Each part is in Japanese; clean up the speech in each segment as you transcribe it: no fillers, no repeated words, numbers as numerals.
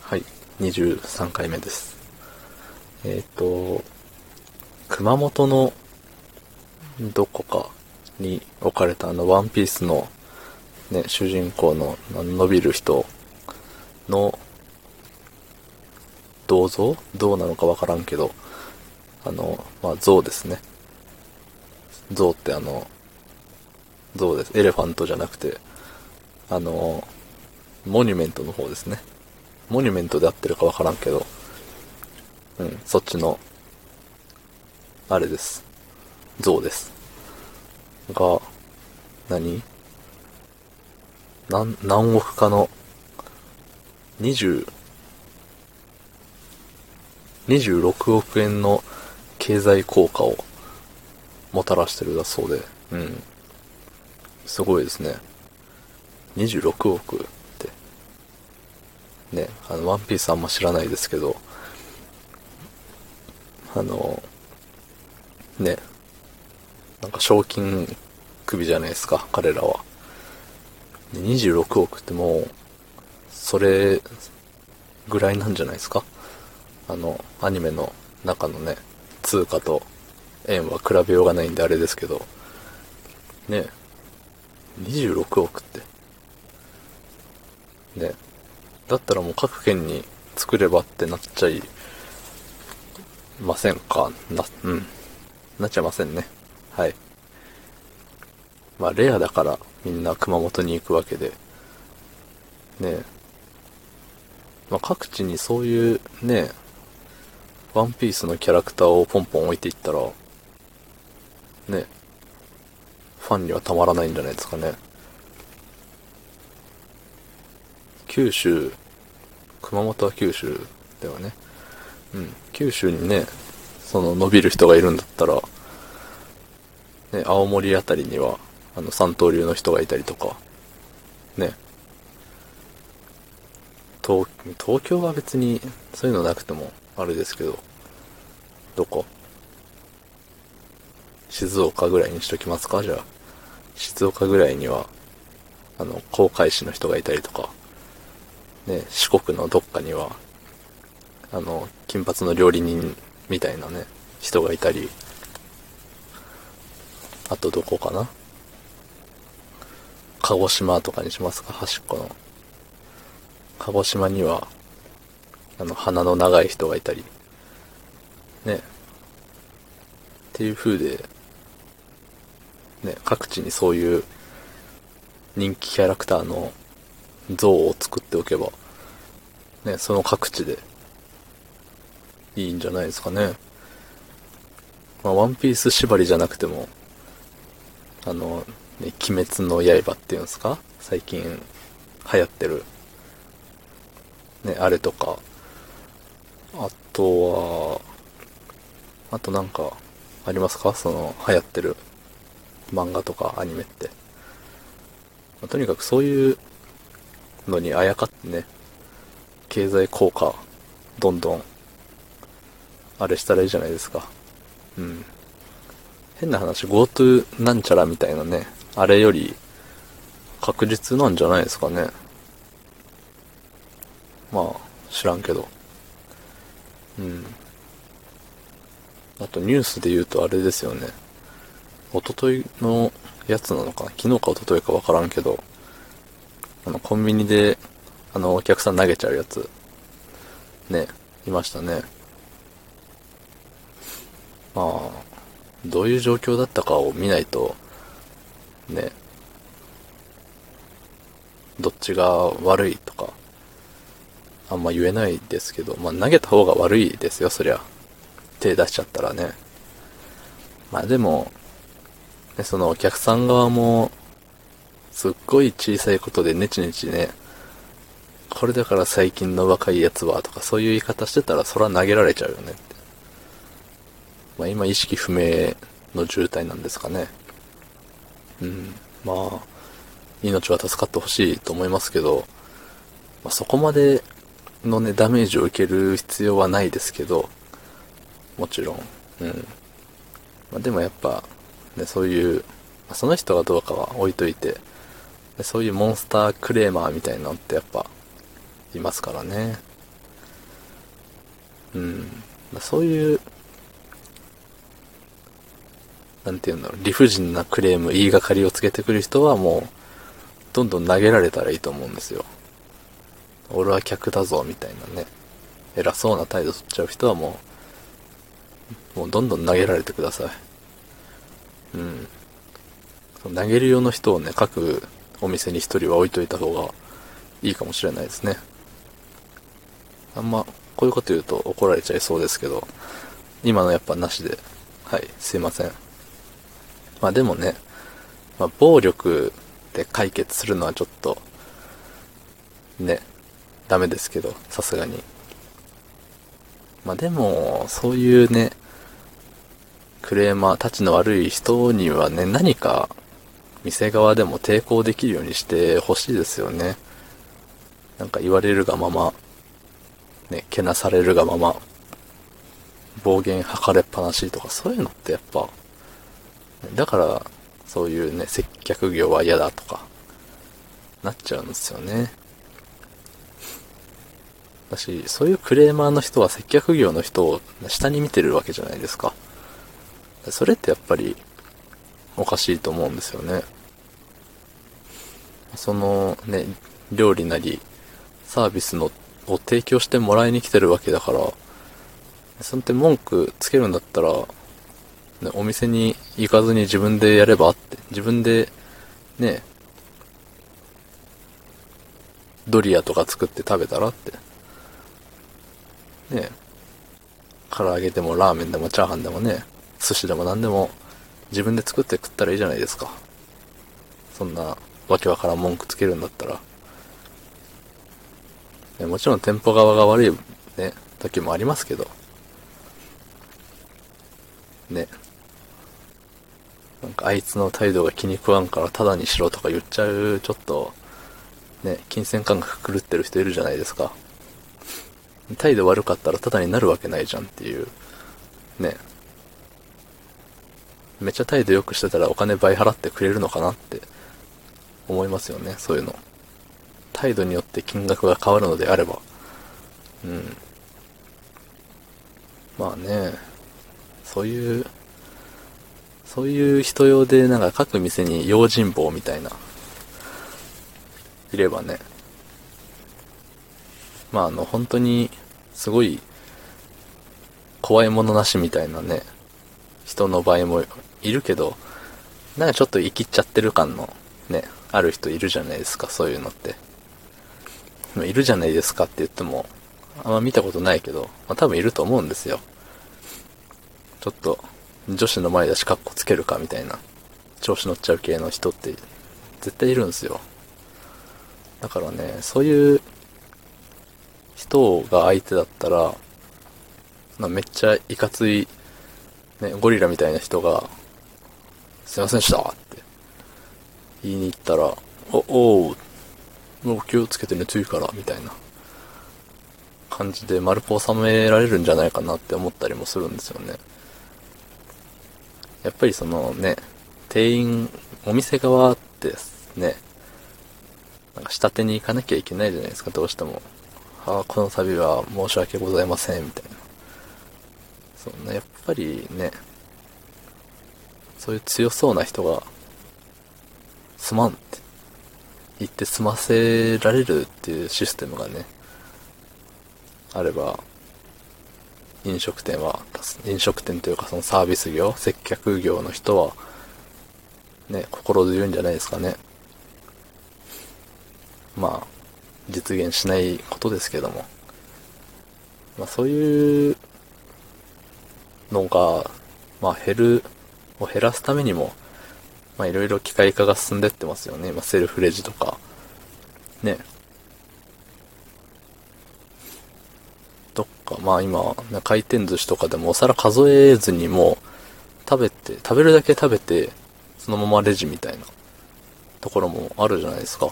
はい、23回目です。熊本のどこかに置かれたワンピースのね、主人公の伸びる人の銅像どうなのかわからんけど、像ですね。像って像です。エレファントじゃなくて、モニュメントの方ですね。モニュメントで合ってるかわからんけど、そっちの、あれです。像です。が、何何億かの20、26億円の経済効果をもたらしてるだそうで、すごいですね。26億って。ね、ワンピースあんま知らないですけど、あの、ね、なんか賞金首じゃないですか、彼らは。で26億ってもう、それぐらいなんじゃないですか。アニメの中のね、通貨と円は比べようがないんであれですけど、ね、26億って。ね、だったらもう各県に作ればってなっちゃいませんか。なっちゃいませんね。はい。まあ、レアだからみんな熊本に行くわけで、ね、まあ、各地にそういうね、ワンピースのキャラクターをポンポン置いていったら、ね、ファンにはたまらないんじゃないですかね。九州、熊本は九州ではね、九州にね、その伸びる人がいるんだったら、ね、青森あたりには、三刀流の人がいたりとか、ね、東京は別にそういうのなくてもあれですけど、どこ静岡ぐらいにしときますか。じゃあ静岡ぐらいには航海士の人がいたりとかね、四国のどっかには金髪の料理人みたいなね人がいたり、あとどこかな、鹿児島とかにしますか。端っこの鹿児島には鼻の長い人がいたりねっていう風でね、各地にそういう人気キャラクターの像を作っておけば、ね、その各地でいいんじゃないですかね。まあ、ワンピース縛りじゃなくても、ね、鬼滅の刃っていうんですか、最近流行ってる、ね、あれとか、あとは、あとなんか、ありますか、その流行ってる漫画とかアニメって。まあ、とにかくそういうのにあやかってね、経済効果、どんどん、あれしたらいいじゃないですか。うん。変な話、GoTo なんちゃらみたいなね、あれより確実なんじゃないですかね。まあ、知らんけど。うん。あとニュースで言うとあれですよね。一昨日のやつなのかな、昨日か一昨日かわからんけど、コンビニで、お客さん投げちゃうやつ、ね、いましたね。まあ、どういう状況だったかを見ないと、ね、どっちが悪いとか、あんま言えないですけど、まあ投げた方が悪いですよ、そりゃ。手出しちゃったらね。まあでも、ね、そのお客さん側も、すっごい小さいことでネチネチね、これだから最近の若いやつはとかそういう言い方してたらそら投げられちゃうよねって。まあ今意識不明の重体なんですかね。まあ、命は助かってほしいと思いますけど、まあ、そこまでのね、ダメージを受ける必要はないですけど、もちろん。まあ、でもやっぱ、ね、そういう、まあ、その人がどうかは置いといて、そういうモンスタークレーマーみたいなのってやっぱ、いますからね。 うん。そういう、なんていうんだろう、理不尽なクレーム、言いがかりをつけてくる人はもう、どんどん投げられたらいいと思うんですよ。俺は客だぞ、みたいなね。偉そうな態度取っちゃう人はもうどんどん投げられてください。うん。投げる用の人をね、各お店に一人は置いといた方がいいかもしれないですね。あんま、こういうこと言うと怒られちゃいそうですけど、今のやっぱなしで、はい、すいません。まあでもね、暴力で解決するのはちょっと、ね、ダメですけど、さすがに。でも、そういうね、クレーマー、たちの悪い人にはね、何か、店側でも抵抗できるようにしてほしいですよね。なんか言われるがまま、ね、けなされるがまま、暴言吐かれっぱなしとか、そういうのってやっぱ、だから、そういうね、接客業は嫌だとか、なっちゃうんですよね。だし、そういうクレーマーの人は接客業の人を下に見てるわけじゃないですか。それってやっぱりおかしいと思うんですよね。そのね、料理なりサービスのを提供してもらいに来てるわけだから、そんって文句つけるんだったら、ね、お店に行かずに自分でやればって、自分でね、ドリアとか作って食べたらって。ね、唐揚げでもラーメンでもチャーハンでもね、寿司でも何でも自分で作って食ったらいいじゃないですか。そんなわけわからん文句つけるんだったら。ね、もちろん店舗側が悪いね、時もありますけど、ね、なんかあいつの態度が気に食わんからタダにしろとか言っちゃう、ちょっと、ね、金銭感覚狂ってる人いるじゃないですか。態度悪かったらタダになるわけないじゃんっていう、ね、めっちゃ態度良くしてたらお金倍払ってくれるのかなって思いますよね、そういうの。態度によって金額が変わるのであれば。うん。まあね、そういう、そういう人用でなんか各店に用心棒みたいな、いればね、本当に、すごい、怖いものなしみたいなね、人の場合もいるけど、なんかちょっと生きっちゃってる感の、ね、ある人いるじゃないですか、そういうのって。いるじゃないですかって言っても、あんま見たことないけど、多分いると思うんですよ。ちょっと、女子の前だしカッコつけるかみたいな、調子乗っちゃう系の人って絶対いるんですよ。だからね、そういう人が相手だったら、めっちゃいかつい、ね、ゴリラみたいな人が、すいませんでしたって言いに行ったら、おう、もう気をつけてね、ついから、みたいな感じで丸く収められるんじゃないかなって思ったりもするんですよね。やっぱりそのね、店員、お店側ってね、なんか下手に行かなきゃいけないじゃないですか、どうしても。この度は申し訳ございません、みたいな。そうね、やっぱりね、そういう強そうな人が、すまんって言って済ませられるっていうシステムがね、あれば、飲食店というかそのサービス業、接客業の人は、ね、心強いんじゃないですかね。実現しないことですけども。そういうのが、減らすためにも、いろいろ機械化が進んでってますよね。セルフレジとか、ね。とか、今、回転寿司とかでもお皿数えずにも食べるだけ食べて、そのままレジみたいなところもあるじゃないですか。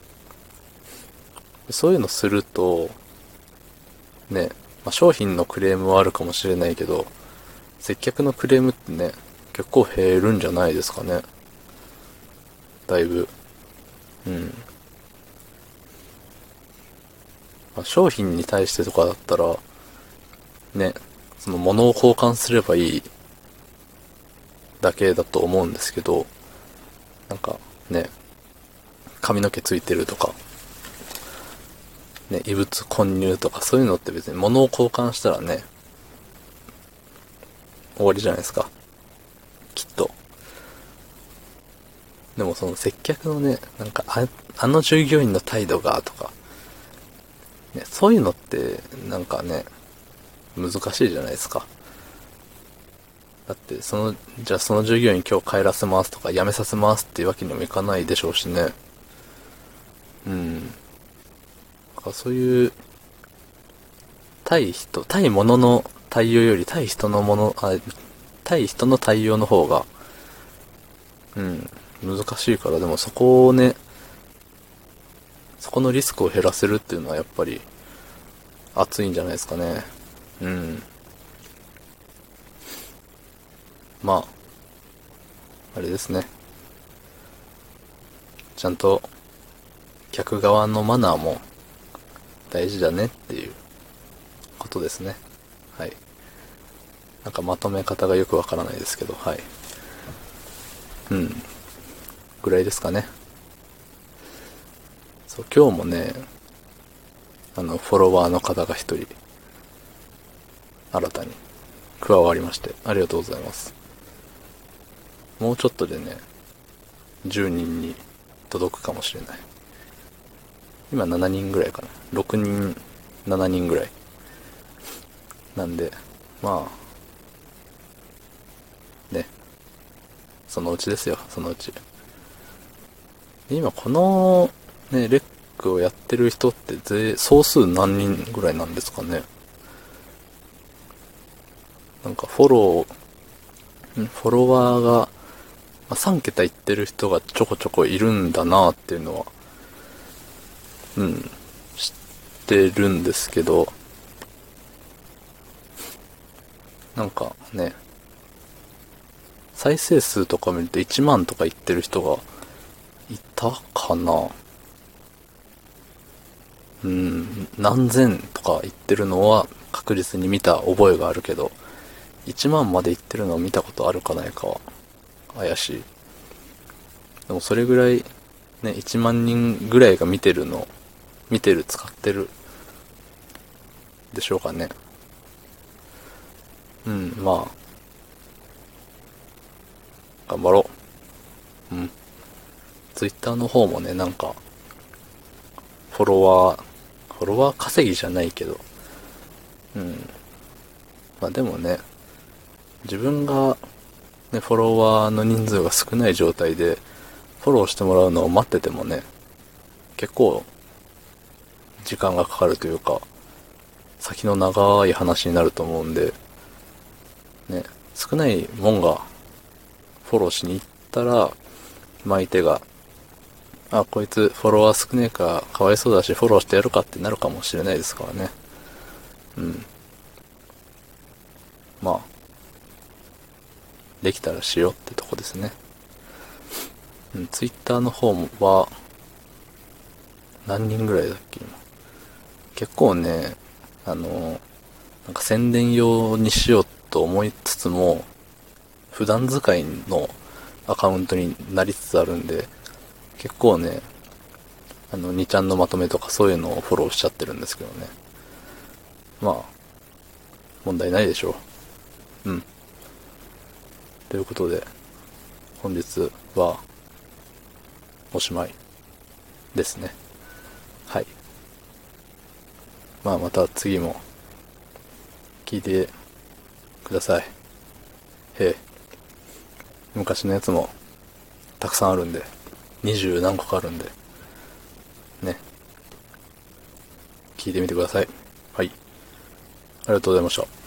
そういうのすると、ね、商品のクレームはあるかもしれないけど、接客のクレームってね、結構減るんじゃないですかね。だいぶ。うん。商品に対してとかだったら、 ね、その物を交換すればいいだけだと思うんですけど、なんかね、髪の毛ついてるとか、ね、異物混入とかそういうのって別に物を交換したらね、終わりじゃないですか。きっと。でもその接客のね、なんかあの従業員の態度がとか、ね、そういうのってなんかね、難しいじゃないですか。だってじゃあその従業員今日帰らせますとか辞めさせますっていうわけにもいかないでしょうしね。うん。だからそういう対物の対応より対人の対応の方が、うん、難しいから、でもそこをね、そこのリスクを減らせるっていうのはやっぱり熱いんじゃないですかね。うん。まあ、あれですね。ちゃんと客側のマナーも大事だねっていうことですね。はい。なんかまとめ方がよくわからないですけど、はい。うん。ぐらいですかね。そう、今日もね、フォロワーの方が一人、新たに加わりまして、ありがとうございます。もうちょっとでね、10人に届くかもしれない。今7人ぐらいかな。6人、7人ぐらい。なんで、まあ、ね、そのうちですよ、そのうち。今この、ね、レックをやってる人って総数何人ぐらいなんですかね。なんかフォロワーが、まあ、3桁いってる人がちょこちょこいるんだなっていうのは、うん、知ってるんですけど、なんかね、再生数とか見ると1万とかいってる人がいたかな。うん、何千とか言ってるのは確実に見た覚えがあるけど、1万まで言ってるのを見たことあるかないかは怪しい。でもそれぐらい、ね、1万人ぐらいが使ってるでしょうかね。うん、まあ、頑張ろう。うん。ツイッターの方もね、なんか、フォロワー稼ぎじゃないけど、うん。まあでもね、自分が、ね、フォロワーの人数が少ない状態で、フォローしてもらうのを待っててもね、結構、時間がかかるというか、先の長い話になると思うんで、ね、少ないもんがフォローしに行ったら、相手が、あ、こいつフォロワー少ねえか、かわいそうだしフォローしてやるかってなるかもしれないですからね。うん。まあ、できたらしようってとこですね。うん、ツイッターの方は、何人ぐらいだっけ今。結構ね、なんか宣伝用にしようと思いつつも、普段使いのアカウントになりつつあるんで、結構ね、2ちゃんのまとめとかそういうのをフォローしちゃってるんですけどね。まあ、問題ないでしょう。うん。ということで、本日はおしまいですね。はい。まあまた次も聞いてください。へえ。昔のやつもたくさんあるんで、20何個かあるんで、ね、聞いてみてください。はい。ありがとうございました。